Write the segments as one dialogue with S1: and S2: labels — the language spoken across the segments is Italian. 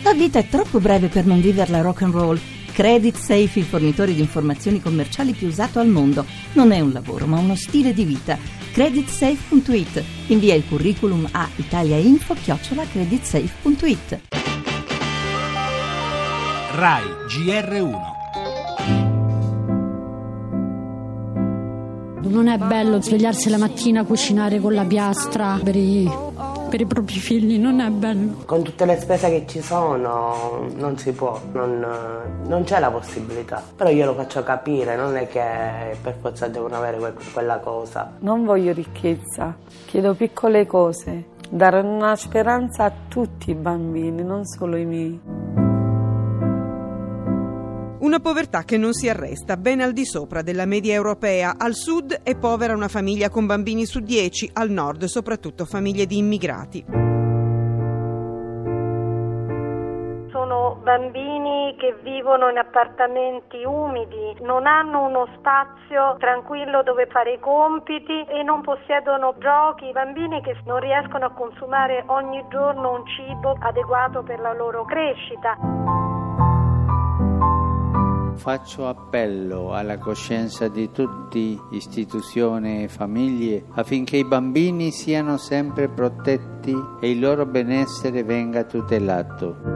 S1: La vita è troppo breve per non viverla rock and roll. Credit Safe, il fornitore di informazioni commerciali più usato al mondo. Non è un lavoro, ma uno stile di vita. Creditsafe.it. Invia il curriculum a italiainfo@creditsafe.it.
S2: RAI GR1.
S3: Non è bello svegliarsi la mattina, cucinare con la piastra per i propri figli, non è bello.
S4: Con tutte le spese che ci sono non si può, non c'è la possibilità. Però io lo faccio capire, non è che per forza devono avere quella cosa.
S5: Non voglio ricchezza, chiedo piccole cose, dare una speranza a tutti i bambini, non solo i miei.
S6: Una povertà che non si arresta, ben al di sopra della media europea. Al sud è povera una famiglia con bambini su 10, al nord soprattutto famiglie di immigrati.
S7: Sono bambini che vivono in appartamenti umidi, non hanno uno spazio tranquillo dove fare i compiti e non possiedono giochi, bambini che non riescono a consumare ogni giorno un cibo adeguato per la loro crescita.
S8: Faccio appello alla coscienza di tutte istituzioni e famiglie affinché i bambini siano sempre protetti e il loro benessere venga tutelato.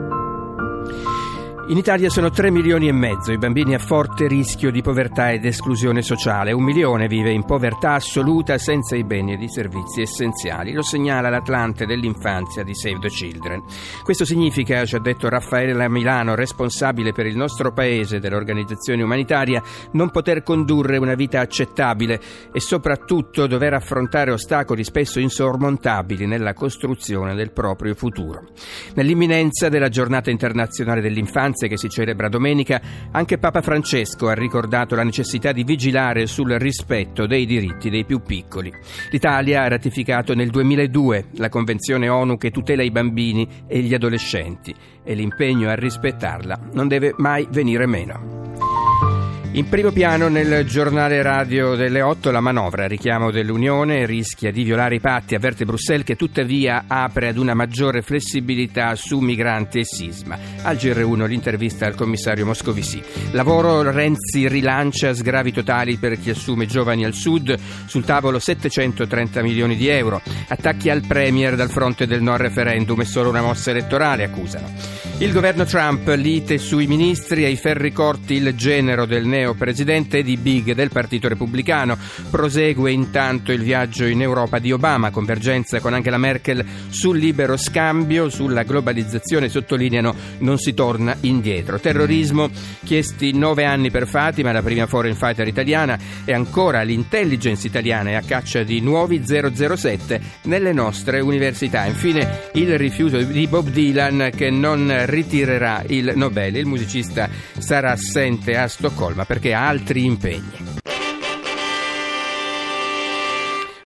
S9: In Italia sono 3,5 milioni i bambini a forte rischio di povertà ed esclusione sociale. 1 milione vive in povertà assoluta senza i beni ed i servizi essenziali. Lo segnala l'Atlante dell'infanzia di Save the Children. Questo significa, ci ha detto Raffaella Milano, responsabile per il nostro paese dell'organizzazione umanitaria, non poter condurre una vita accettabile e soprattutto dover affrontare ostacoli spesso insormontabili nella costruzione del proprio futuro. Nell'imminenza della giornata internazionale dell'infanzia che si celebra domenica, anche Papa Francesco ha ricordato la necessità di vigilare sul rispetto dei diritti dei più piccoli. L'Italia ha ratificato nel 2002 la Convenzione ONU che tutela i bambini e gli adolescenti e l'impegno a rispettarla non deve mai venire meno. In primo piano nel giornale radio delle 8 la manovra, richiamo dell'Unione, rischia di violare i patti, avverte Bruxelles che tuttavia apre ad una maggiore flessibilità su migranti e sisma. Al GR1 l'intervista al commissario Moscovici. Lavoro, Renzi rilancia sgravi totali per chi assume giovani al sud, sul tavolo 730 milioni di euro. Attacchi al premier dal fronte del no al referendum è solo una mossa elettorale, accusano. Il governo Trump, lite sui ministri, ai ferri corti il genero del neopresidente di Big del Partito Repubblicano. Prosegue intanto il viaggio in Europa di Obama, convergenza con Angela Merkel sul libero scambio, sulla globalizzazione, sottolineano non si torna indietro. Terrorismo, chiesti 9 anni per Fatima, la prima foreign fighter italiana, e ancora l'intelligence italiana è a caccia di nuovi 007 nelle nostre università. Infine il rifiuto di Bob Dylan che non ritirerà il Nobel. Il musicista sarà assente a Stoccolma perché ha altri impegni.